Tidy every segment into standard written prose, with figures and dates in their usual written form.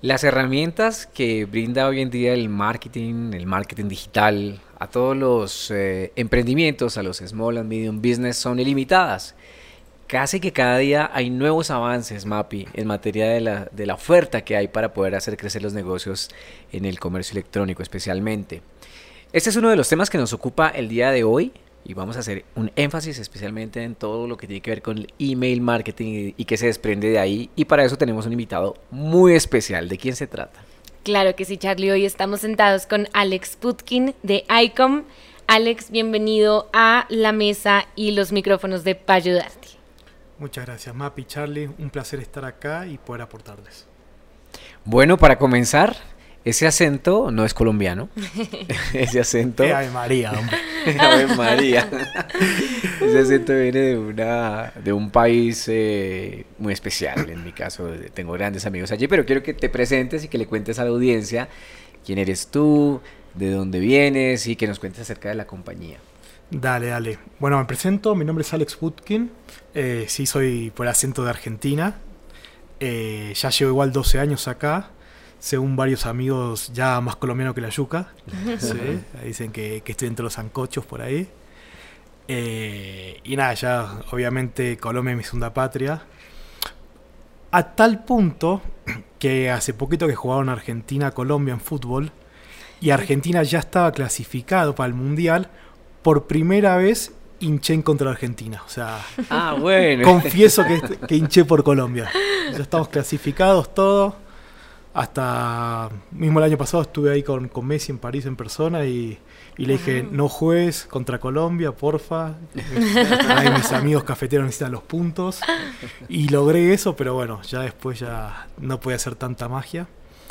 Las herramientas que brinda hoy en día el marketing digital, a todos los emprendimientos, a los small and medium business son ilimitadas. Casi que cada día hay nuevos avances, Mapi, en materia de la oferta que hay para poder hacer crecer los negocios en el comercio electrónico especialmente. Este es uno de los temas que nos ocupa el día de hoy y vamos a hacer un énfasis especialmente en todo lo que tiene que ver con el email marketing y que se desprende de ahí. Y para eso tenemos un invitado muy especial. ¿De quién se trata? Claro que sí, Charlie. Hoy estamos sentados con Alex Putkin de ICOM. Alex, bienvenido a la mesa y los micrófonos de Pa' Ayudarte. Muchas gracias, Mapi, Charlie. Un placer estar acá y poder aportarles. Bueno, para comenzar, ese acento no es colombiano. Ese acento... ¡Ave María, hombre! ¡Ave María! Ese acento viene de un país muy especial. En mi caso, tengo grandes amigos allí, pero quiero que te presentes y que le cuentes a la audiencia quién eres tú, de dónde vienes y que nos cuentes acerca de la compañía. Dale. Bueno, me presento. Mi nombre es Alex Putkin. Sí, soy por acento de Argentina. Ya llevo igual 12 años acá. Según varios amigos, ya más colombiano que la yuca. ¿Sí? Dicen que estoy entre los sancochos por ahí. Y nada, ya obviamente Colombia es mi segunda patria. A tal punto que hace poquito que jugaron Argentina-Colombia en fútbol. Y Argentina ya estaba clasificado para el Mundial. Por primera vez hinché en contra de Argentina. O sea, bueno. Confieso que hinché por Colombia. Ya estamos clasificados todos. Hasta mismo el año pasado estuve ahí con Messi en París en persona y le dije, no juegues contra Colombia, porfa. Ahí mis amigos cafeteros necesitan los puntos. Y logré eso, pero bueno, ya después ya no podía hacer tanta magia.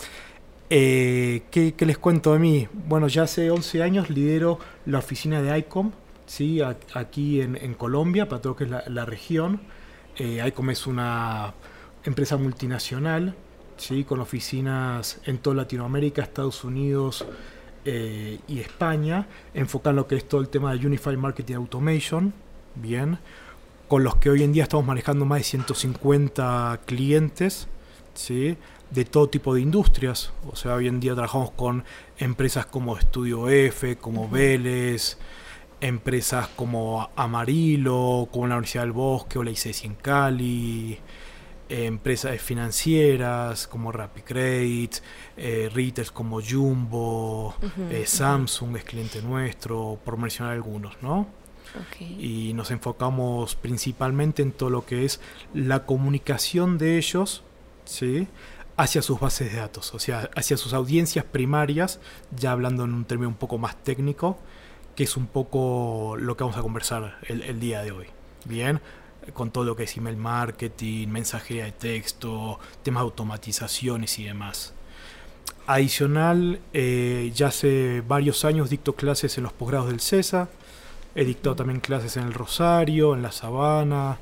¿Qué les cuento de mí? Bueno, ya hace 11 años lidero la oficina de ICOM, ¿sí? Aquí en Colombia, para todo lo que es la región. ICOM es una empresa multinacional, ¿sí? Con oficinas en toda Latinoamérica, Estados Unidos y España, enfocada en lo que es todo el tema de Unified Marketing Automation, bien, con los que hoy en día estamos manejando más de 150 clientes, ¿sí? De todo tipo de industrias. O sea, hoy en día trabajamos con empresas como Estudio F, como Vélez, empresas como Amarillo, como la Universidad del Bosque o la ICESI en Cali, empresas financieras como RappiCredit, retailers como Jumbo, Samsung es cliente nuestro, por mencionar algunos, ¿no? Okay. Y nos enfocamos principalmente en todo lo que es la comunicación de ellos, ¿sí? Hacia sus bases de datos, o sea, hacia sus audiencias primarias, ya hablando en un término un poco más técnico, que es un poco lo que vamos a conversar el día de hoy. Bien, con todo lo que es email marketing, mensajería de texto, temas de automatizaciones y demás. Adicional, ya hace varios años dicto clases en los posgrados del CESA, he dictado también clases en el Rosario, en la Sabana,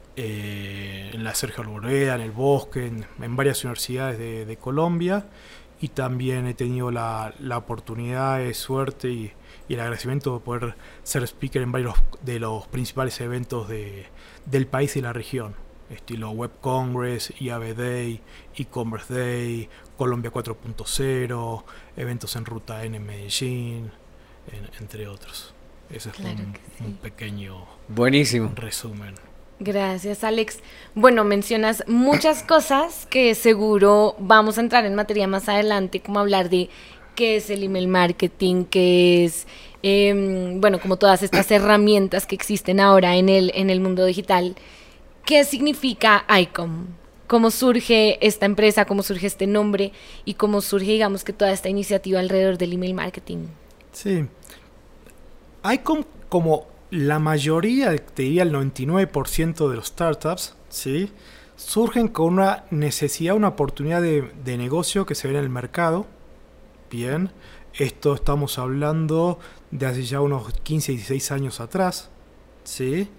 en la Sergio Arboleda, en el Bosque, en varias universidades de Colombia, y también he tenido la oportunidad, suerte y el agradecimiento de poder ser speaker en varios de los principales eventos del país y la región, estilo Web Congress, IAB Day, E-Commerce Day, Colombia 4.0, eventos en Ruta N en Medellín, entre otros. Ese es un pequeño buenísimo resumen. Gracias, Alex. Bueno, mencionas muchas cosas que seguro vamos a entrar en materia más adelante, como hablar de qué es el email marketing, qué es, como todas estas herramientas que existen ahora en el mundo digital. ¿Qué significa ICOM? ¿Cómo surge esta empresa? ¿Cómo surge este nombre? ¿Y cómo surge, digamos, que toda esta iniciativa alrededor del email marketing? Sí. ICOM, como la mayoría, te diría el 99% de los startups, ¿sí? Surgen con una necesidad, una oportunidad de negocio que se ve en el mercado. Bien, esto estamos hablando de hace ya unos 15, 16 años atrás, ¿sí?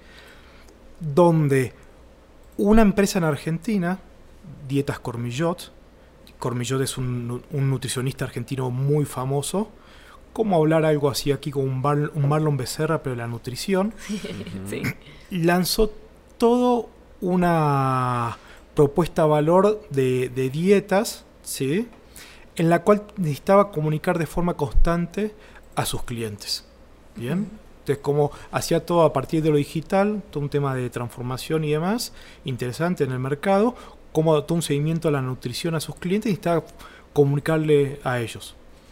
Donde una empresa en Argentina, Dietas Cormillot es un nutricionista argentino muy famoso, como hablar algo así aquí con un Marlon Becerra, pero de la nutrición, sí. Lanzó todo una propuesta de valor de dietas, ¿sí? En la cual necesitaba comunicar de forma constante a sus clientes. ¿Bien? Entonces, como hacía todo a partir de lo digital, todo un tema de transformación y demás, interesante en el mercado, cómo todo un seguimiento a la nutrición a sus clientes y necesitaba comunicarle a ellos.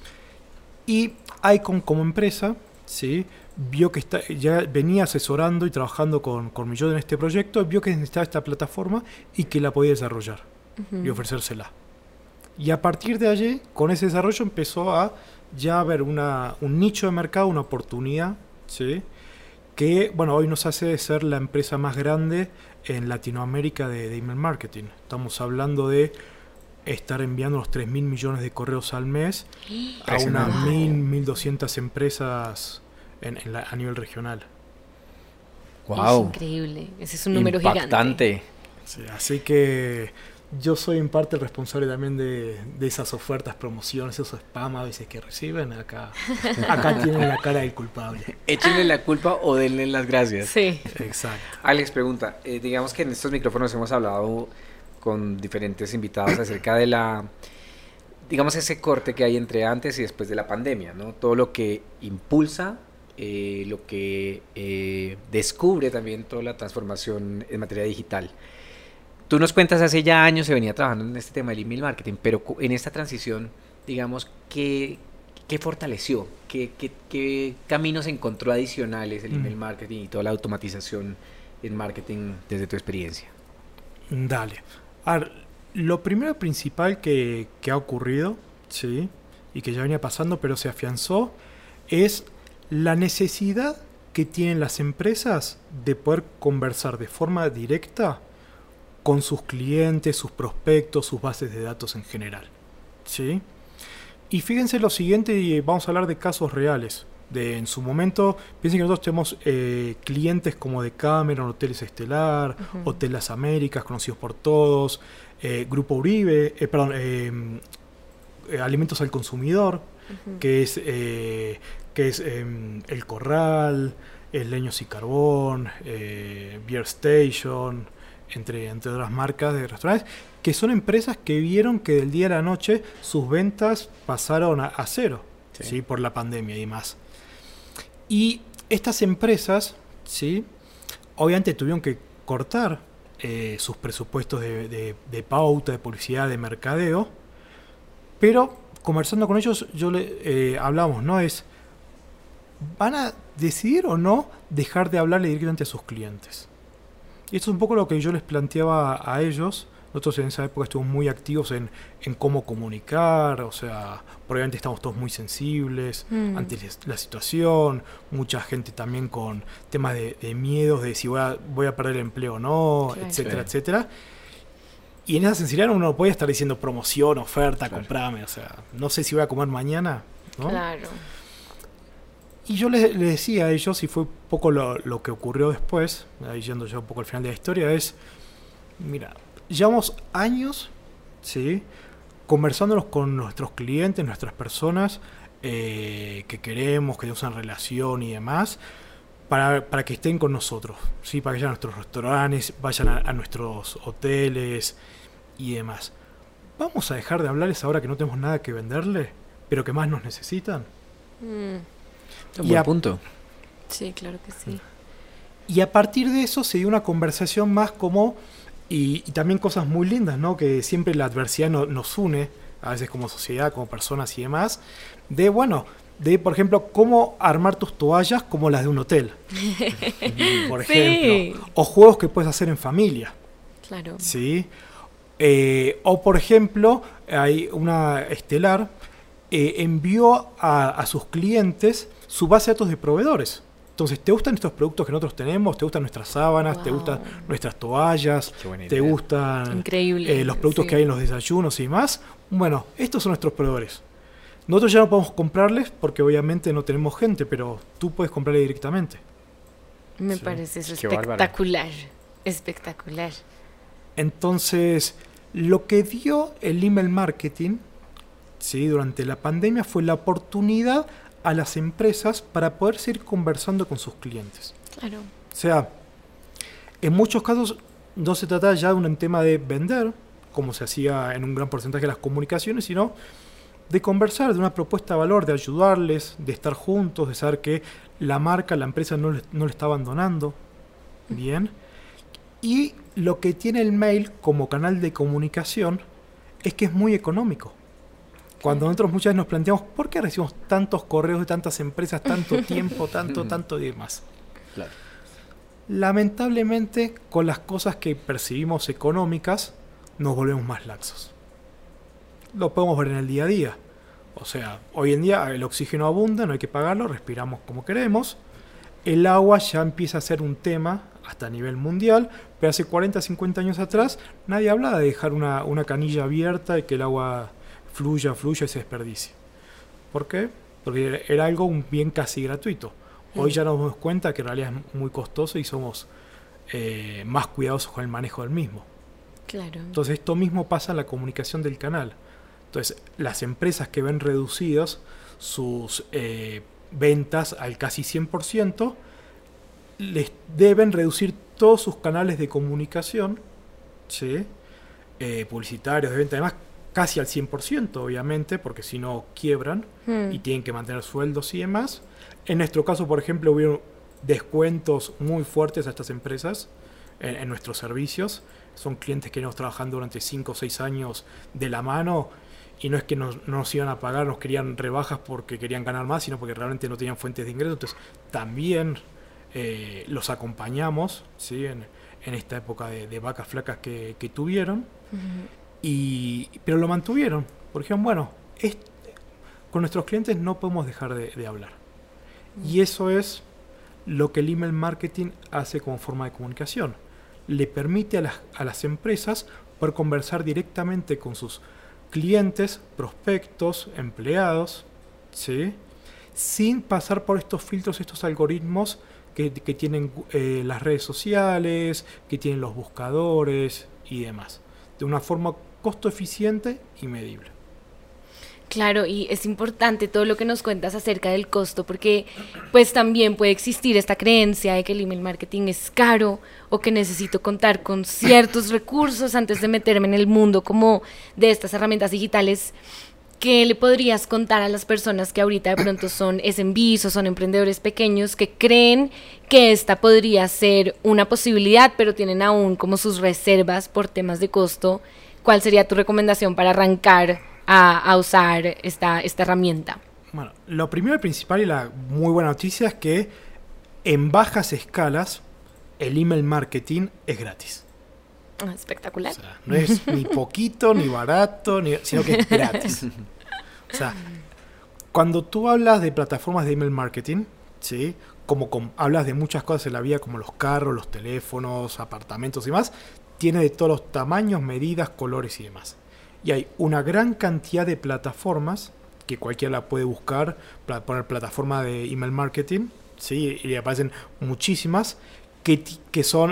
Y Icon como empresa, ¿sí? Vio que ya venía asesorando y trabajando con Millón en este proyecto, vio que necesitaba esta plataforma y que la podía desarrollar y ofrecérsela. Y a partir de allí, con ese desarrollo empezó a ya haber un nicho de mercado, una oportunidad, ¿sí? Que bueno, hoy nos hace ser la empresa más grande en Latinoamérica de email marketing. Estamos hablando de estar enviando unos 3.000 millones de correos al mes a unas 1.200 empresas a nivel regional. Wow. Es increíble, ese es un número gigante. Sí, así que yo soy en parte responsable también de esas ofertas, promociones, esos spam a veces que reciben. Acá tienen la cara del culpable. Échenle la culpa o denle las gracias. Sí. Exacto. Alex pregunta, digamos que en estos micrófonos hemos hablado con diferentes invitados acerca de digamos, ese corte que hay entre antes y después de la pandemia, ¿no? Todo lo que impulsa, lo que descubre también toda la transformación en materia digital. Tú nos cuentas, hace ya años se venía trabajando en este tema del email marketing, pero en esta transición, digamos, ¿qué fortaleció? ¿Qué caminos encontró adicionales el email marketing y toda la automatización en marketing desde tu experiencia? Dale. A ver, lo primero principal que ha ocurrido, ¿sí? Y que ya venía pasando, pero se afianzó, es la necesidad que tienen las empresas de poder conversar de forma directa con sus clientes, sus prospectos, sus bases de datos en general, ¿sí? Y fíjense lo siguiente, y vamos a hablar de casos reales. En su momento, piensen que nosotros tenemos clientes como Decameron, Hoteles Estelar, Hotel Las Américas, conocidos por todos, Grupo Uribe, Alimentos al Consumidor, que es El Corral, Leños y Carbón, Beer Station, entre otras marcas de restaurantes, que son empresas que vieron que del día a la noche sus ventas pasaron a cero, ¿sí? Por la pandemia y demás. Y estas empresas, ¿sí? Obviamente tuvieron que cortar sus presupuestos de pauta, de publicidad, de mercadeo, pero conversando con ellos hablamos, ¿no? ¿Van a decidir o no dejar de hablarle directamente a sus clientes? Y esto es un poco lo que yo les planteaba a ellos. Nosotros en esa época estuvimos muy activos en cómo comunicar, o sea, probablemente estamos todos muy sensibles ante la situación, mucha gente también con temas de miedos, de si voy a perder el empleo o no, claro, etcétera, etcétera. Y en esa sensibilidad uno no puede estar diciendo promoción, oferta, comprame, o sea, no sé si voy a comer mañana, ¿no? Claro. Y yo les decía a ellos, y fue un poco lo que ocurrió después, ahí yendo ya un poco al final de la historia, es, mira, llevamos años, ¿sí? Conversándonos con nuestros clientes, nuestras personas que queremos, que tenemos una relación y demás, para que estén con nosotros, ¿sí? Para que vayan a nuestros restaurantes, vayan a nuestros hoteles y demás. ¿Vamos a dejar de hablarles ahora que no tenemos nada que venderle, pero que más nos necesitan? Un buen punto. Sí, claro que sí. Y a partir de eso se dio una conversación más como... Y también cosas muy lindas, ¿no? Que siempre la adversidad nos une, a veces como sociedad, como personas y demás, por ejemplo, cómo armar tus toallas como las de un hotel, por ejemplo. Sí. O juegos que puedes hacer en familia. Claro. ¿Sí? O, por ejemplo, hay una Estelar, envió a sus clientes su base de datos de proveedores. Entonces, ¿te gustan estos productos que nosotros tenemos? ¿Te gustan nuestras sábanas? Wow. ¿Te gustan nuestras toallas? ¿Te gustan los productos que hay en los desayunos y más? Bueno, estos son nuestros proveedores. Nosotros ya no podemos comprarles porque obviamente no tenemos gente, pero tú puedes comprarle directamente. Me parece eso espectacular. Espectacular. Entonces, lo que dio el email marketing, ¿sí? Durante la pandemia fue la oportunidad a las empresas para poder seguir conversando con sus clientes. Claro. O sea, en muchos casos no se trata ya de un tema de vender, como se hacía en un gran porcentaje de las comunicaciones, sino de conversar, de una propuesta de valor, de ayudarles, de estar juntos, de saber que la marca, la empresa no le está abandonando. Bien. Y lo que tiene el mail como canal de comunicación es que es muy económico. Cuando nosotros muchas veces nos planteamos, ¿por qué recibimos tantos correos de tantas empresas, tanto tiempo, tanto y demás? Claro. Lamentablemente, con las cosas que percibimos económicas, nos volvemos más laxos. Lo podemos ver en el día a día. O sea, hoy en día el oxígeno abunda, no hay que pagarlo, respiramos como queremos. El agua ya empieza a ser un tema hasta a nivel mundial, pero hace 40, 50 años atrás nadie hablaba de dejar una canilla abierta y que el agua fluya y se desperdicie. ¿Por qué? Porque era algo, un bien casi gratuito. Hoy ya nos damos cuenta que en realidad es muy costoso y somos más cuidadosos con el manejo del mismo. Claro. Entonces esto mismo pasa en la comunicación del canal. Entonces las empresas que ven reducidos sus ventas al casi 100%, les deben reducir todos sus canales de comunicación, ¿sí? Publicitarios, de venta, además casi al 100%, obviamente, porque si no quiebran y tienen que mantener sueldos y demás. En nuestro caso, por ejemplo, hubieron descuentos muy fuertes a estas empresas en nuestros servicios. Son clientes que hemos trabajando durante 5 o 6 años de la mano, y no es que no nos iban a pagar, nos querían rebajas porque querían ganar más, sino porque realmente no tenían fuentes de ingresos. Entonces también los acompañamos, ¿sí? en esta época de vacas flacas que tuvieron, pero lo mantuvieron, porque dijeron, bueno, con nuestros clientes no podemos dejar de hablar. Y eso es lo que el email marketing hace como forma de comunicación. Le permite a las empresas poder conversar directamente con sus clientes, prospectos, empleados, ¿sí? Sin pasar por estos filtros, estos algoritmos que tienen las redes sociales, que tienen los buscadores y demás, de una forma costo eficiente y medible. Claro, y es importante todo lo que nos cuentas acerca del costo, porque pues también puede existir esta creencia de que el email marketing es caro, o que necesito contar con ciertos recursos antes de meterme en el mundo como de estas herramientas digitales. ¿Qué le podrías contar a las personas que ahorita de pronto son SMBs o son emprendedores pequeños que creen que esta podría ser una posibilidad, pero tienen aún como sus reservas por temas de costo? ¿Cuál sería tu recomendación para arrancar a usar esta herramienta? Bueno, lo primero y principal y la muy buena noticia es que en bajas escalas el email marketing es gratis. Espectacular. O sea, no es ni poquito, ni barato, sino que es gratis. O sea, cuando tú hablas de plataformas de email marketing, ¿sí? Hablas de muchas cosas en la vida, como los carros, los teléfonos, apartamentos y demás, tiene de todos los tamaños, medidas, colores y demás. Y hay una gran cantidad de plataformas que cualquiera la puede buscar para poner plataforma de email marketing, ¿sí? Y aparecen muchísimas que son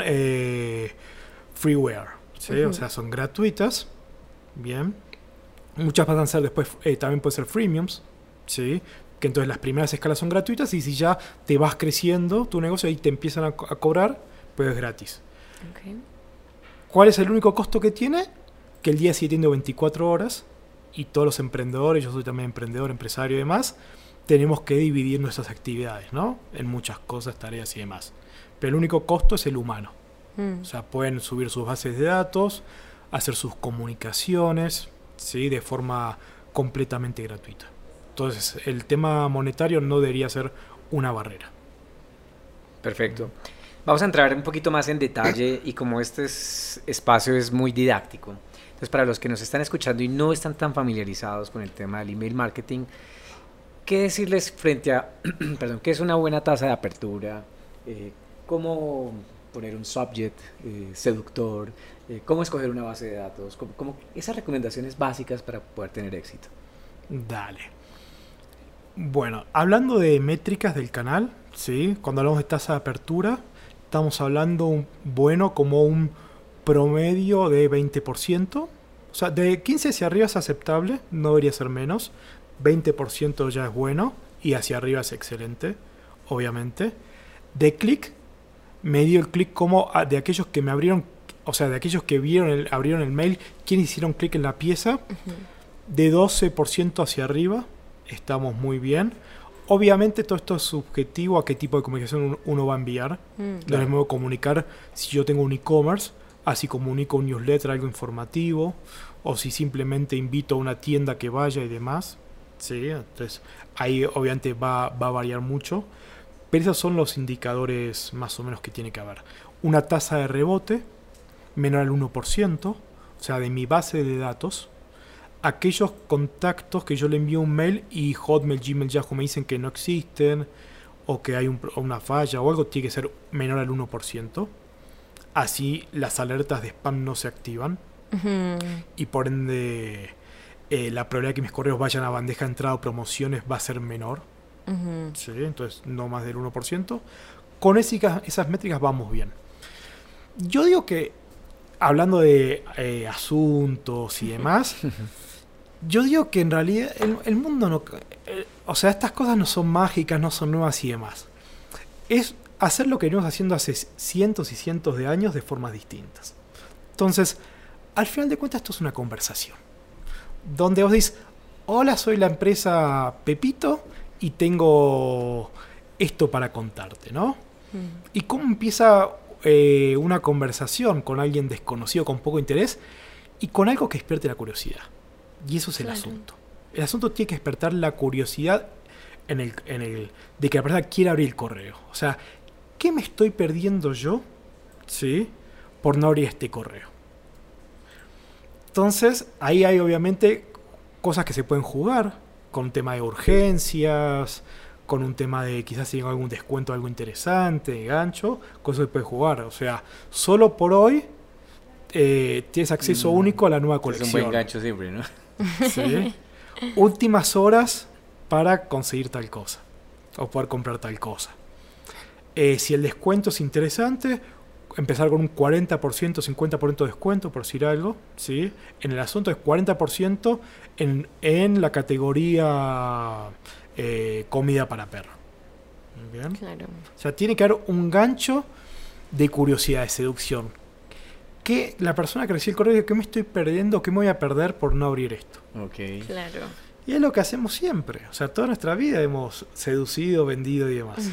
freeware, ¿sí? O sea, son gratuitas. Bien. Muchas pasan a ser después, también pueden ser freemiums, ¿sí? Que entonces las primeras escalas son gratuitas, y si ya te vas creciendo tu negocio y te empiezan a cobrar, pues es gratis. Okay. ¿Cuál es el único costo que tiene? Que el día sigue teniendo 24 horas, y todos los emprendedores, yo soy también emprendedor, empresario y demás, tenemos que dividir nuestras actividades, ¿no? En muchas cosas, tareas y demás. Pero el único costo es el humano. O sea, pueden subir sus bases de datos, hacer sus comunicaciones, ¿sí? De forma completamente gratuita. Entonces, el tema monetario no debería ser una barrera. Perfecto. Vamos a entrar un poquito más en detalle, y como este espacio es muy didáctico, entonces para los que nos están escuchando y no están tan familiarizados con el tema del email marketing, ¿qué decirles frente a, perdón, qué es una buena tasa de apertura? ¿Cómo poner un subject seductor? ¿Cómo escoger una base de datos? ¿Cómo esas recomendaciones básicas para poder tener éxito? Dale. Bueno, hablando de métricas del canal, ¿sí? Cuando hablamos de tasa de apertura, estamos hablando como un promedio de 20%. O sea, de 15 hacia arriba es aceptable, no debería ser menos. 20% ya es bueno, y hacia arriba es excelente, obviamente. De clic, medio el clic como de aquellos que me abrieron o sea, de aquellos que abrieron el mail, quienes hicieron clic en la pieza, de 12% hacia arriba, estamos muy bien. Obviamente todo esto es subjetivo a qué tipo de comunicación uno va a enviar. No les puedo comunicar si yo tengo un e-commerce, así comunico un newsletter, algo informativo, o si simplemente invito a una tienda que vaya y demás. Sí, entonces ahí obviamente va a variar mucho. Pero esos son los indicadores más o menos que tiene que haber. Una tasa de rebote menor al 1%, o sea, de mi base de datos. Aquellos contactos que yo le envío un mail y Hotmail, Gmail, Yahoo me dicen que no existen o que hay una falla o algo, tiene que ser menor al 1%. Así las alertas de spam no se activan. Y por ende la probabilidad de que mis correos vayan a bandeja de entrada o promociones va a ser menor. ¿Sí? Entonces no más del 1%. Con esas métricas vamos bien. Yo digo que, hablando de asuntos y demás, yo digo que en realidad el mundo no... o sea, estas cosas no son mágicas, no son nuevas y demás. Es hacer lo que venimos haciendo hace cientos y cientos de años de formas distintas. Entonces, al final de cuentas, esto es una conversación. Donde vos decís, hola, soy la empresa Pepito y tengo esto para contarte, ¿no? Y cómo empieza una conversación con alguien desconocido, con poco interés, y con algo que despierte la curiosidad. Y eso es el asunto. El asunto tiene que despertar la curiosidad de que la persona quiera abrir el correo. O sea, ¿qué me estoy perdiendo yo, ¿sí?, por no abrir este correo? Entonces, ahí hay obviamente cosas que se pueden jugar, con un tema de urgencias, con un tema de quizás si hay algún descuento, algo interesante, de gancho, con eso se puede jugar. O sea, solo por hoy tienes acceso único a la nueva colección. Es un buen gancho siempre, ¿no? ¿Sí? Últimas horas para conseguir tal cosa o poder comprar tal cosa. Si el descuento es interesante, empezar con un 40%, 50% de descuento, por decir algo, ¿sí? En el asunto es 40% en la categoría comida para perro. ¿Bien? Claro. O sea, tiene que haber un gancho de curiosidad, de seducción. Que la persona que recibe el correo dice, ¿qué me estoy perdiendo? ¿Qué me voy a perder por no abrir esto? Ok. Claro. Y es lo que hacemos siempre. O sea, toda nuestra vida hemos seducido, vendido y demás.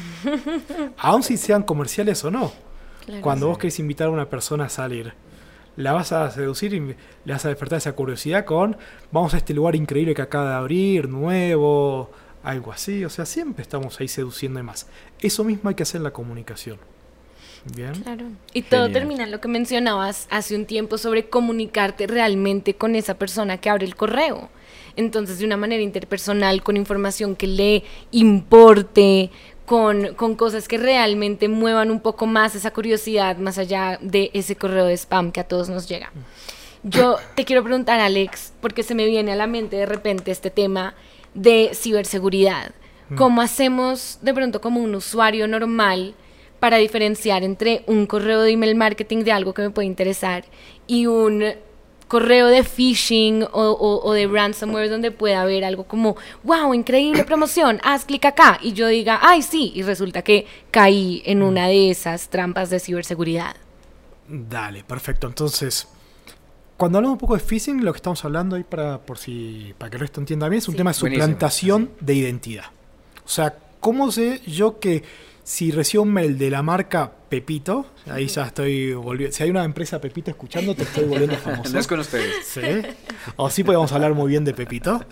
Aun si sean comerciales o no. Claro. Cuando vos querés invitar a una persona a salir, la vas a seducir y le vas a despertar esa curiosidad con vamos a este lugar increíble que acaba de abrir, nuevo, algo así. O sea, siempre estamos ahí seduciendo y más. Eso mismo hay que hacer en la comunicación. Bien. Claro. Y todo Genial. termina en lo que mencionabas hace un tiempo sobre comunicarte realmente con esa persona que abre el correo. Entonces, de una manera interpersonal, con información que le importe, con cosas que realmente muevan un poco más esa curiosidad, más allá de ese correo de spam que a todos nos llega. Yo te quiero preguntar, Alex, porque se me viene a la mente de repente este tema de ciberseguridad. ¿Cómo hacemos de pronto como un usuario normal para diferenciar entre un correo de email marketing de algo que me puede interesar y un correo de phishing o de ransomware donde pueda haber algo como, wow, increíble promoción, haz clic acá, y yo diga, ay sí, y resulta que caí en una de esas trampas de ciberseguridad? Dale, perfecto. Entonces, cuando hablamos un poco de phishing, lo que estamos hablando ahí para que el resto entienda bien, es un tema de Buenísimo. suplantación de identidad. O sea, ¿cómo sé yo que si recibo un mail de la marca Pepito, ahí ya estoy volviendo, si hay una empresa Pepito escuchando, te estoy volviendo famoso? No es con ustedes. Sí. O sí podemos hablar muy bien de Pepito.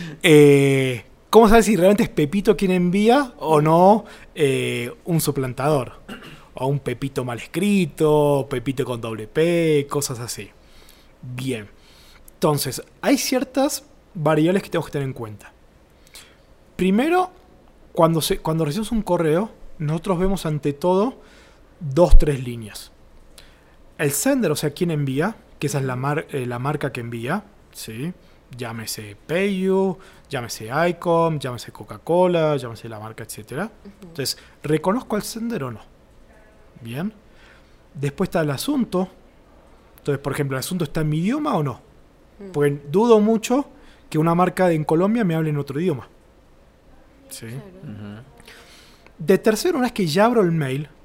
¿Cómo sabes si realmente es Pepito quien envía o no un suplantador? O un Pepito mal escrito, Pepito con doble P, cosas así. Bien. Entonces, hay ciertas variables que tenemos que tener en cuenta. Primero, cuando recibimos un correo, nosotros vemos ante todo 2-3 líneas. El sender, o sea, quien envía, que esa es la marca que envía, ¿sí? Llámese PayU, llámese ICOM, llámese Coca-Cola, llámese la marca, etc. Entonces, ¿reconozco al sender o no? Bien. Después está el asunto. Entonces, por ejemplo, ¿el asunto está en mi idioma o no? Porque dudo mucho que una marca en Colombia me hable en otro idioma. ¿Sí? Ujú. De tercero, una vez que ya abro el mail,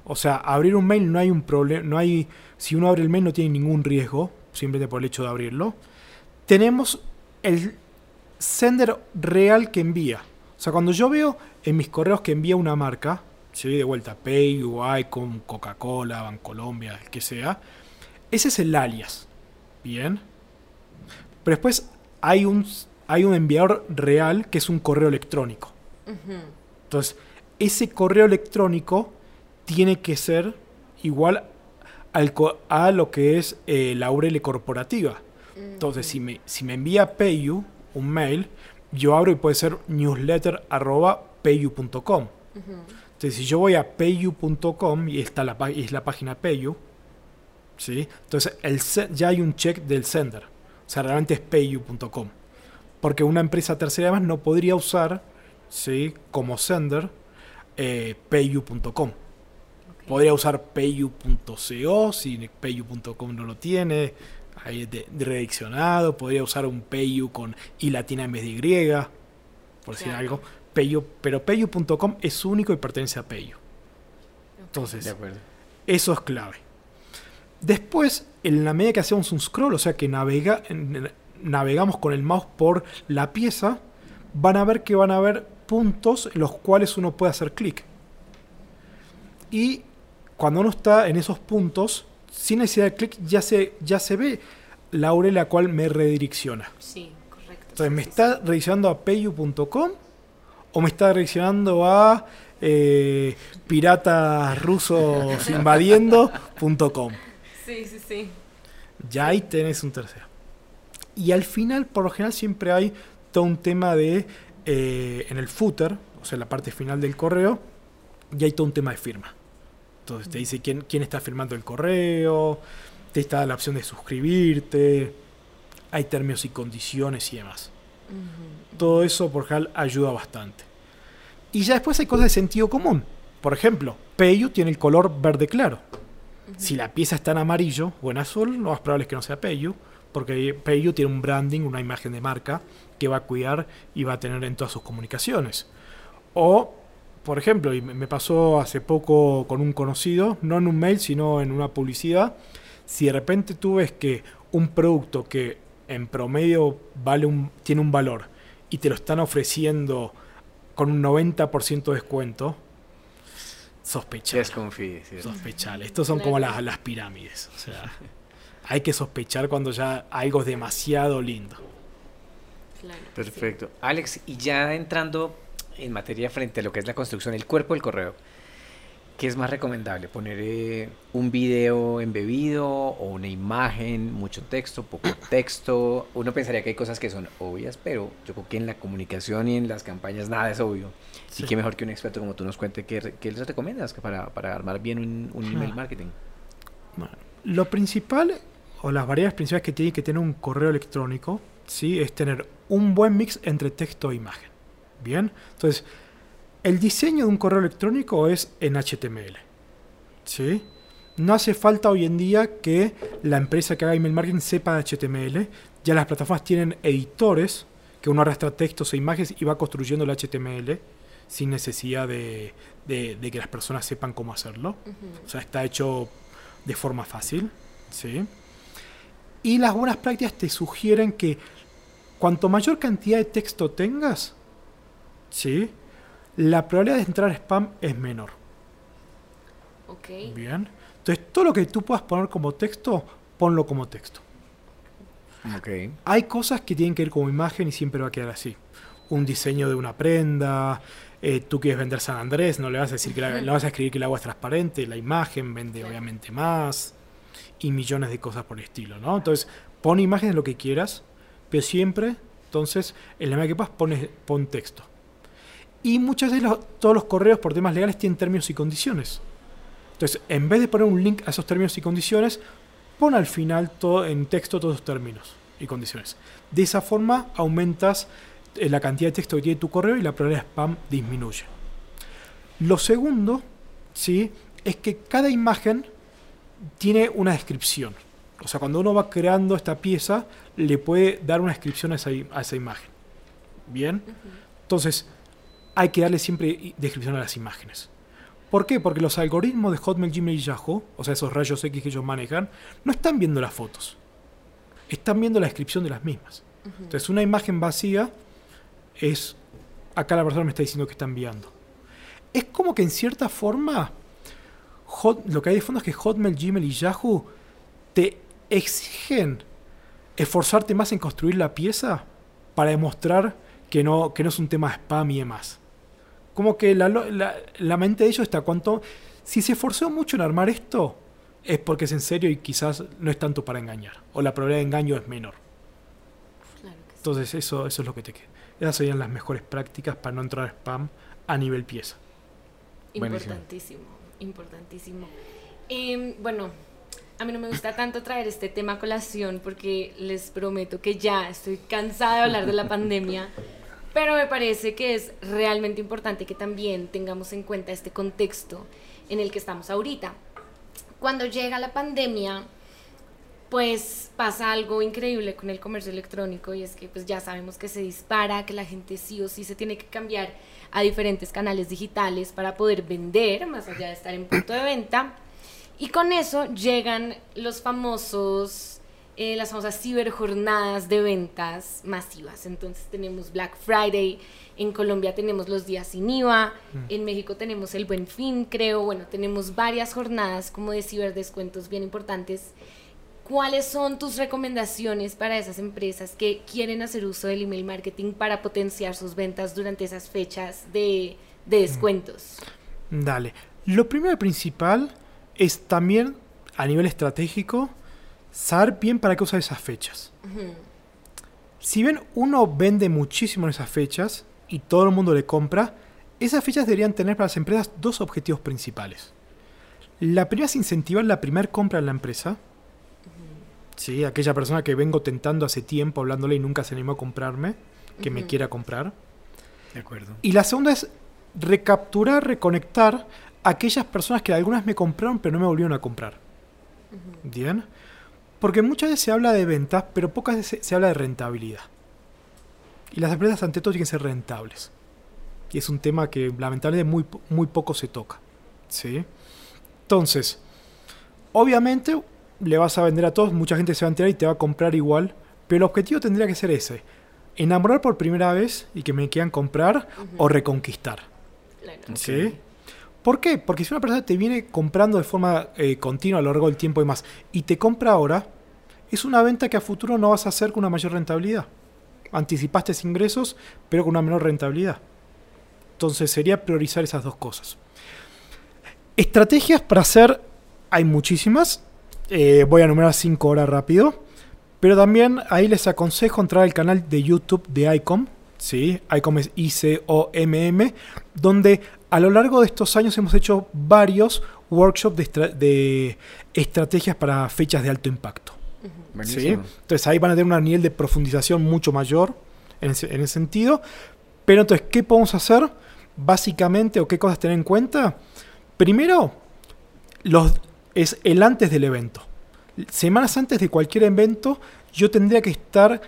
O sea, abrir un mail no hay un problema, si uno abre el mail no tiene ningún riesgo, simplemente por el hecho de abrirlo. Tenemos el sender real que envía. O sea, cuando yo veo en mis correos que envía una marca, ¿sí? De vuelta, PayU, Icom, Coca-Cola, Bancolombia, el que sea, ese es el alias. Bien. Pero después hay un enviador real que es un correo electrónico. Entonces, ese correo electrónico tiene que ser igual a lo que es la URL corporativa. Entonces, si me envía PayU un mail, yo abro y puede ser newsletter@payu.com. Entonces, si yo voy a payu.com y es la página PayU, ¿sí? Entonces ya hay un check del sender. O sea, realmente es payu.com. Porque una empresa tercera además no podría usar, ¿sí? Como sender payu.com. Podría usar payu.co si payu.com no lo tiene. Ahí redireccionado. Podría usar un payu con i latina en vez de y, por decir algo. Payu, pero payu.com es único y pertenece a Payu. Entonces, de acuerdo. Eso es clave. Después, en la medida que hacemos un scroll, o sea que navegamos con el mouse por la pieza, van a ver que van a haber puntos en los cuales uno puede hacer clic. Y cuando uno está en esos puntos, sin necesidad de clic, ya se ve la URL a la cual me redirecciona. Sí, correcto. Entonces, ¿me está redireccionando a payu.com o me está redireccionando a piratas rusos invadiendo.com? Sí. Ya ahí tenés un tercero. Y al final, por lo general, siempre hay todo un tema de, en el footer, o sea, en la parte final del correo, y hay todo un tema de firma. Entonces te dice quién está firmando el correo, te está la opción de suscribirte, hay términos y condiciones y demás. Todo eso, por general, ayuda bastante. Y ya después hay cosas de sentido común. Por ejemplo, PayU tiene el color verde claro. Si la pieza está en amarillo o en azul, lo más probable es que no sea PayU, porque PayU tiene un branding, una imagen de marca que va a cuidar y va a tener en todas sus comunicaciones. O, por ejemplo, y me pasó hace poco con un conocido, no en un mail, sino en una publicidad, si de repente tú ves que un producto que en promedio tiene un valor y te lo están ofreciendo con un 90% de descuento, sospechar. Desconfíe. ¿Sí? Sospechar. Estos son como las pirámides. O sea, hay que sospechar cuando ya algo es demasiado lindo. Claro, Perfecto. Sí. Alex, y ya entrando en materia frente a lo que es la construcción, el cuerpo del correo, ¿qué es más recomendable? ¿Poner un video embebido o una imagen, mucho texto, poco texto? Uno pensaría que hay cosas que son obvias, pero yo creo que en la comunicación y en las campañas nada es obvio. Sí. Y qué mejor que un experto como tú nos cuente qué les recomiendas para armar bien un email marketing. Bueno, lo principal, o las variables principales que tiene que tener un correo electrónico, ¿sí? Es tener un buen mix entre texto e imagen. Bien, entonces el diseño de un correo electrónico es en HTML, ¿sí? No hace falta hoy en día que la empresa que haga email marketing sepa HTML. Ya las plataformas tienen editores que uno arrastra textos e imágenes y va construyendo el HTML sin necesidad de que las personas sepan cómo hacerlo. O sea, está hecho de forma fácil, ¿sí? Y las buenas prácticas te sugieren que cuanto mayor cantidad de texto tengas, ¿sí?, la probabilidad de entrar spam es menor. Ok. Bien. Entonces, todo lo que tú puedas poner como texto, ponlo como texto. Okay. Hay cosas que tienen que ir como imagen y siempre va a quedar así. Un diseño de una prenda, tú quieres vender San Andrés, no le vas a decir le vas a escribir que el agua es transparente, la imagen vende obviamente más, y millones de cosas por el estilo, ¿no? Entonces, pon imágenes lo que quieras, pero siempre, entonces, en la medida que puedas, pon texto. Y muchas veces todos los correos por temas legales tienen términos y condiciones. Entonces, en vez de poner un link a esos términos y condiciones, pon al final todo en texto todos los términos y condiciones. De esa forma aumentas la cantidad de texto que tiene tu correo y la probabilidad de spam disminuye. Lo segundo, ¿sí?, es que cada imagen tiene una descripción. O sea, cuando uno va creando esta pieza, le puede dar una descripción a esa imagen. ¿Bien? Entonces, hay que darle siempre descripción a las imágenes. ¿Por qué? Porque los algoritmos de Hotmail, Gmail y Yahoo, o sea, esos rayos X que ellos manejan, no están viendo las fotos. Están viendo la descripción de las mismas. Entonces, una imagen vacía es... Acá la persona me está diciendo que está enviando. Es como que en cierta forma, lo que hay de fondo es que Hotmail, Gmail y Yahoo te exigen esforzarte más en construir la pieza para demostrar que no es un tema spam y demás. Como que la mente de ellos está cuanto... Si se esforzó mucho en armar esto, es porque es en serio y quizás no es tanto para engañar. O la probabilidad de engaño es menor. Claro que sí. Entonces eso es lo que te queda. Esas serían las mejores prácticas para no entrar a spam a nivel pieza. Importantísimo, importantísimo. Bueno, a mí no me gusta tanto traer este tema a colación porque les prometo que ya estoy cansada de hablar de la pandemia, pero me parece que es realmente importante que también tengamos en cuenta este contexto en el que estamos ahorita. Cuando llega la pandemia, pues pasa algo increíble con el comercio electrónico y es que pues ya sabemos que se dispara, que la gente sí o sí se tiene que cambiar a diferentes canales digitales para poder vender, más allá de estar en punto de venta. Y con eso llegan los famosos, las famosas ciberjornadas de ventas masivas. Entonces tenemos Black Friday, en Colombia tenemos los días sin IVA, en México tenemos el Buen Fin, creo. Bueno, tenemos varias jornadas como de ciberdescuentos bien importantes. ¿Cuáles son tus recomendaciones para esas empresas que quieren hacer uso del email marketing para potenciar sus ventas durante esas fechas de descuentos? Dale. Lo primero y principal es también, a nivel estratégico, saber bien para qué usar esas fechas. Si bien uno vende muchísimo en esas fechas y todo el mundo le compra, esas fechas deberían tener para las empresas dos objetivos principales. La primera es incentivar la primera compra en la empresa. Sí, aquella persona que vengo tentando hace tiempo hablándole y nunca se animó a comprarme, que me quiera comprar. De acuerdo. Y la segunda es recapturar, reconectar a aquellas personas que algunas me compraron pero no me volvieron a comprar. ¿Bien? Porque muchas veces se habla de ventas, pero pocas veces se habla de rentabilidad. Y las empresas ante todo tienen que ser rentables. Y es un tema que lamentablemente muy poco se toca. ¿Sí? Entonces, obviamente le vas a vender a todos, mucha gente se va a enterar y te va a comprar igual, pero el objetivo tendría que ser ese: enamorar por primera vez y que me quieran comprar o reconquistar. Claro. ¿Sí? ¿Por qué? Porque si una persona te viene comprando de forma continua a lo largo del tiempo y más, y te compra ahora, es una venta que a futuro no vas a hacer con una mayor rentabilidad. Anticipaste ingresos, pero con una menor rentabilidad. Entonces sería priorizar esas dos cosas. Estrategias para hacer hay muchísimas. Voy a enumerar 5 horas rápido. Pero también ahí les aconsejo entrar al canal de YouTube de ICOM. ¿Sí? ICOM es ICOMM, donde a lo largo de estos años hemos hecho varios workshops de estrategias para fechas de alto impacto. ¿Sí? Entonces ahí van a tener un nivel de profundización mucho mayor en ese sentido. Pero entonces, ¿qué podemos hacer? Básicamente, o qué cosas tener en cuenta. Primero, es el antes del evento. Semanas antes de cualquier evento, yo tendría que estar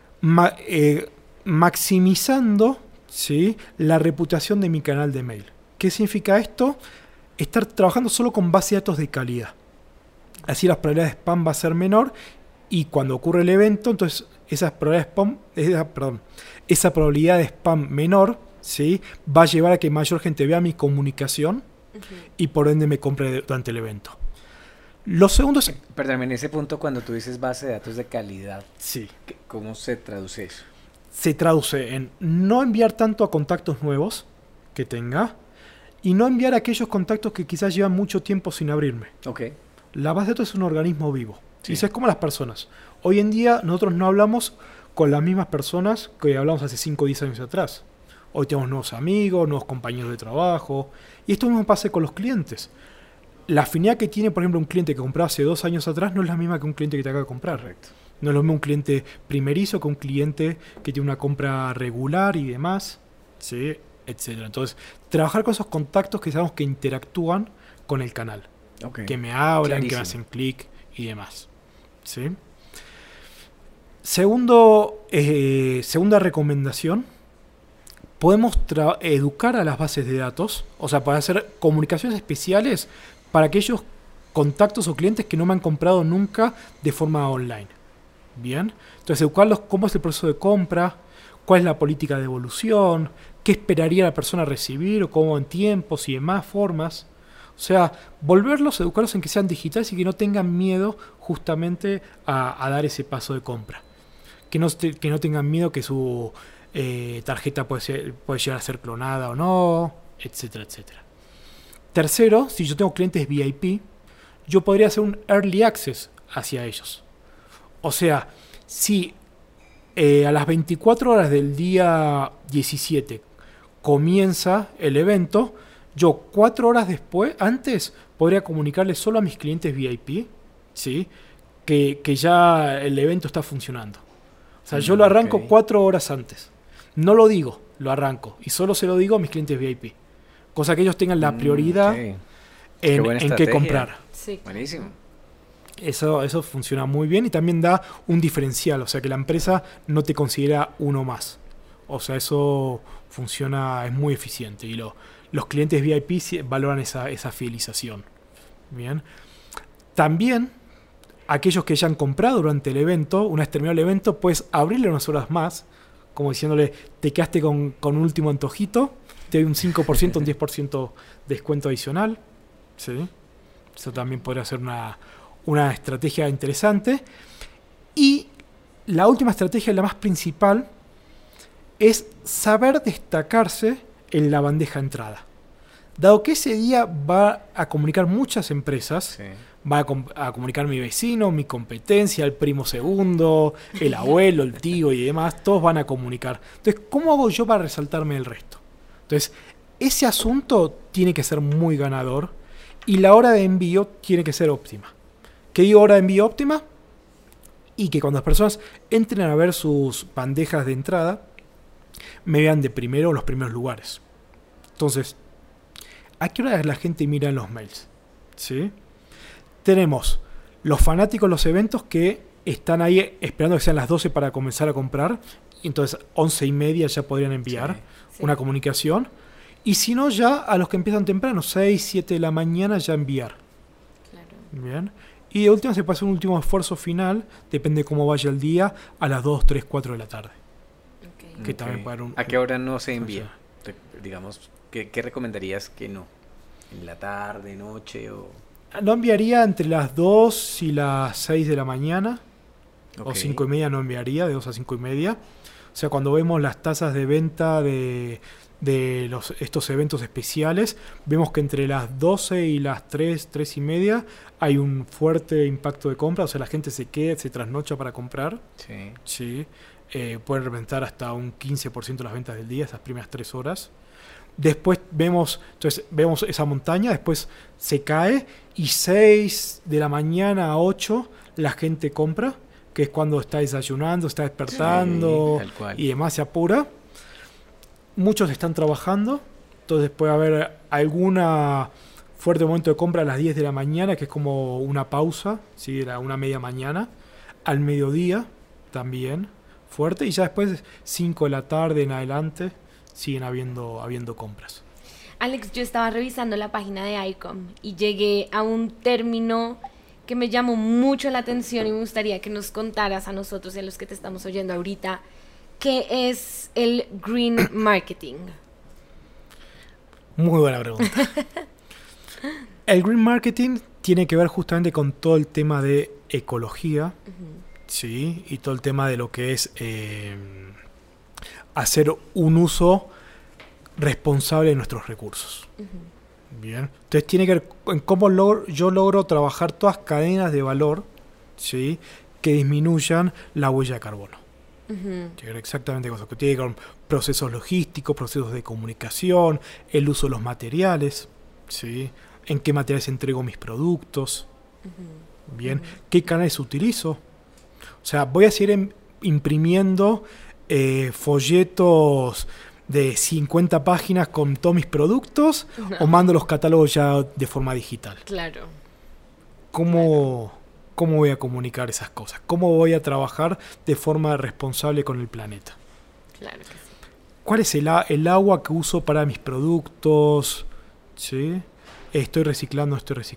maximizando, ¿sí?, la reputación de mi canal de mail. ¿Qué significa esto? Estar trabajando solo con base de datos de calidad. Así la probabilidad de spam va a ser menor y cuando ocurre el evento, entonces esa probabilidad de spam menor, ¿sí?, va a llevar a que mayor gente vea mi comunicación y por ende me compre durante el evento. Lo segundo es... Perdóname, en ese punto cuando tú dices base de datos de calidad, sí, ¿cómo se traduce eso? Se traduce en no enviar tanto a contactos nuevos que tenga y no enviar a aquellos contactos que quizás llevan mucho tiempo sin abrirme. Okay. La base de datos es un organismo vivo. Sí. Y eso es como las personas. Hoy en día nosotros no hablamos con las mismas personas que hablamos hace 5 o 10 años atrás. Hoy tenemos nuevos amigos, nuevos compañeros de trabajo. Y esto mismo pasa con los clientes. La afinidad que tiene, por ejemplo, un cliente que compró hace 2 años atrás no es la misma que un cliente que te acaba de comprar. Correcto. No es lo mismo un cliente primerizo que un cliente que tiene una compra regular y demás, ¿sí?, etcétera. Entonces, trabajar con esos contactos que sabemos que interactúan con el canal. Okay. Que me abran, clarísimo, que me hacen clic y demás. ¿Sí? Segunda recomendación. podemos educar a las bases de datos, o sea, para hacer comunicaciones especiales para aquellos contactos o clientes que no me han comprado nunca de forma online. Bien, entonces educarlos cómo es el proceso de compra, cuál es la política de devolución, qué esperaría la persona recibir, o cómo en tiempos y demás formas. O sea, educarlos en que sean digitales y que no tengan miedo justamente a dar ese paso de compra. Que no tengan miedo que su tarjeta puede llegar a ser clonada o no, etcétera, etcétera. Tercero, si yo tengo clientes VIP, yo podría hacer un early access hacia ellos. O sea, si a las 24 horas del día 17 comienza el evento, yo 4 horas antes, podría comunicarle solo a mis clientes VIP, ¿sí? que ya el evento está funcionando. O sea, yo lo arranco 4 horas antes. No lo digo, lo arranco. Y solo se lo digo a mis clientes VIP. Cosa que ellos tengan la prioridad en qué comprar. Sí. Buenísimo. Eso funciona muy bien y también da un diferencial. O sea, que la empresa no te considera uno más. O sea, eso funciona, es muy eficiente. Y los clientes VIP valoran esa fidelización. Bien. También, aquellos que ya han comprado durante el evento, una vez terminado el evento, puedes abrirle unas horas más, como diciéndole, te quedaste con un último antojito, te doy un 5%, un 10% descuento adicional. ¿Sí? Eso también podría ser una estrategia interesante. Y la última estrategia, la más principal, es saber destacarse en la bandeja de entrada. Dado que ese día va a comunicar muchas empresas, Sí. va a comunicar mi vecino, mi competencia, el primo segundo, el abuelo, el tío y demás, todos van a comunicar. Entonces, ¿cómo hago yo para resaltarme del resto? Entonces, ese asunto tiene que ser muy ganador y la hora de envío tiene que ser óptima. ¿Qué digo hora de envío óptima? Y que cuando las personas entren a ver sus bandejas de entrada, me vean de primero los primeros lugares. Entonces, ¿a qué hora la gente mira en los mails? ¿Sí? Tenemos los fanáticos de los eventos que están ahí esperando que sean las 12 para comenzar a comprar. Y entonces 11:30 ya podrían enviar una comunicación. Y si no, ya a los que empiezan temprano, 6, 7 de la mañana ya enviar. Claro. Bien. Y de última se puede hacer un último esfuerzo final, depende de cómo vaya el día, a las 2, 3, 4 de la tarde. Okay. Que también puede haber ¿A qué hora no se envía? Digamos, ¿qué recomendarías que no? ¿En la tarde, noche o...? No enviaría entre las 2 y las 6 de la mañana. O 5:30 no enviaría, de 2 a 5:30. O sea, cuando vemos las tasas de venta de estos eventos especiales, vemos que entre las 12 y las 3, 3:30 hay un fuerte impacto de compra. O sea, la gente se trasnocha para comprar. Sí. Sí. Pueden representar hasta un 15% de las ventas del día, esas primeras 3 horas. Después vemos esa montaña, después se cae y 6 de la mañana a 8 la gente compra, que es cuando está desayunando, está despertando, tal cual. y demás, se apura. Muchos están trabajando, entonces puede haber alguna fuerte momento de compra a las 10 de la mañana, que es como una pausa, ¿sí? Una media mañana, al mediodía también fuerte, y ya después 5 de la tarde en adelante siguen habiendo compras. Alex, yo estaba revisando la página de ICOM y llegué a un término que me llamó mucho la atención y me gustaría que nos contaras a nosotros y a los que te estamos oyendo ahorita, ¿qué es el green marketing? Muy buena pregunta. El green marketing tiene que ver justamente con todo el tema de ecología, ¿sí? Y todo el tema de lo que es hacer un uso responsable de nuestros recursos. Bien. Entonces tiene que ver en cómo yo logro trabajar todas cadenas de valor, ¿sí? Que disminuyan la huella de carbono. Tiene que ver exactamente con eso, que tiene que ver con procesos logísticos, procesos de comunicación, el uso de los materiales, ¿sí? En qué materiales entrego mis productos, bien, qué canales utilizo. O sea, voy a seguir imprimiendo folletos de 50 páginas con todos mis productos, o mando los catálogos ya de forma digital. Claro. ¿Cómo voy a comunicar esas cosas? ¿Cómo voy a trabajar de forma responsable con el planeta? Claro que sí. ¿Cuál es el agua que uso para mis productos? ¿Sí? Estoy reciclando,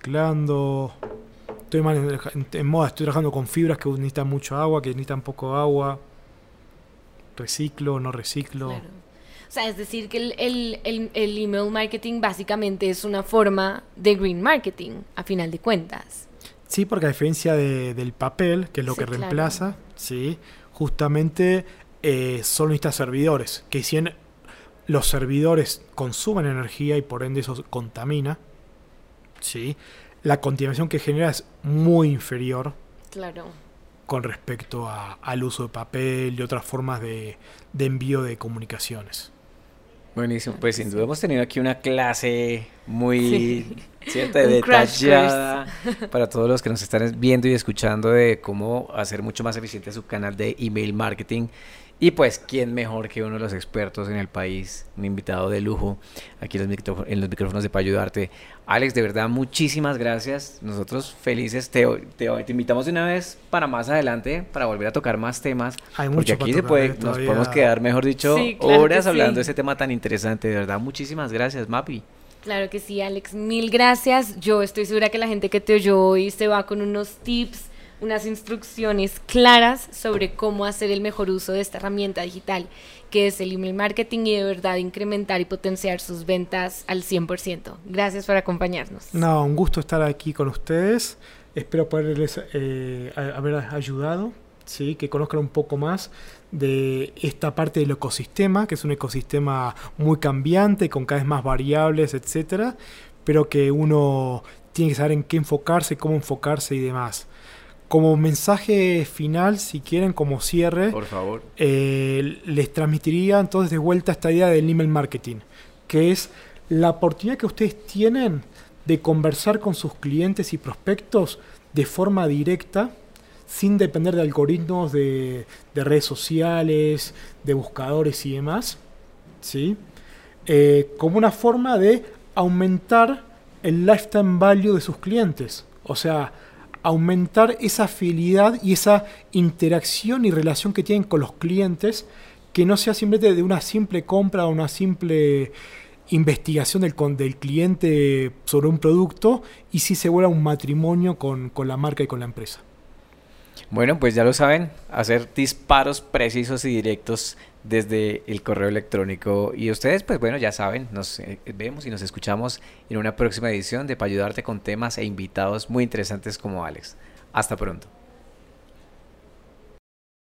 estoy mal en moda, estoy trabajando con fibras que necesitan mucho agua, que necesitan poco agua. ¿Reciclo, no reciclo? Claro. O sea, es decir, que el email marketing básicamente es una forma de green marketing, a final de cuentas. Sí, porque a diferencia del papel, que es lo Sí, que claro. reemplaza, ¿sí? Justamente solo necesita servidores, que si los servidores consumen energía y por ende eso contamina, ¿sí? La contaminación que genera es muy inferior Claro. con respecto al uso de papel y otras formas de envío de comunicaciones. Buenísimo, Claro pues que sin sí. duda hemos tenido aquí una clase muy Sí. cierta, Un crash detallada para todos los que nos están viendo y escuchando de cómo hacer mucho más eficiente su canal de email marketing. Y pues, ¿quién mejor que uno de los expertos en el país? Un invitado de lujo aquí en los micrófonos de Para Ayudarte. Alex, de verdad, muchísimas gracias. Nosotros felices. Te invitamos de una vez para más adelante, para volver a tocar más temas. Hay Porque mucho para aquí tocar, nos todavía. podemos quedar, mejor dicho, Sí, claro horas que hablando de sí. ese tema tan interesante. De verdad, muchísimas gracias, Mapi. Claro que sí, Alex. Mil gracias. Yo estoy segura que la gente que te oyó hoy se va con unos tips, unas instrucciones claras sobre cómo hacer el mejor uso de esta herramienta digital que es el email marketing y de verdad incrementar y potenciar sus ventas al 100%. Gracias por acompañarnos. No, un gusto estar aquí con ustedes. Espero poderles haber ayudado, ¿sí? Que conozcan un poco más de esta parte del ecosistema, que es un ecosistema muy cambiante, con cada vez más variables, etcétera, pero que uno tiene que saber en qué enfocarse, cómo enfocarse y demás. Como mensaje final, si quieren, como cierre, Por favor. les transmitiría entonces de vuelta esta idea del email marketing, que es la oportunidad que ustedes tienen de conversar con sus clientes y prospectos de forma directa, sin depender de algoritmos de redes sociales, de buscadores y demás, ¿sí? Como una forma de aumentar el lifetime value de sus clientes. O sea, aumentar esa fidelidad y esa interacción y relación que tienen con los clientes, que no sea simplemente de una simple compra o una simple investigación del cliente sobre un producto, y si se vuelva un matrimonio con la marca y con la empresa. Bueno, pues ya lo saben, hacer disparos precisos y directos desde el correo electrónico. Y ustedes, pues bueno, ya saben, nos vemos y nos escuchamos en una próxima edición de Para Ayudarte con temas e invitados muy interesantes como Alex. Hasta pronto.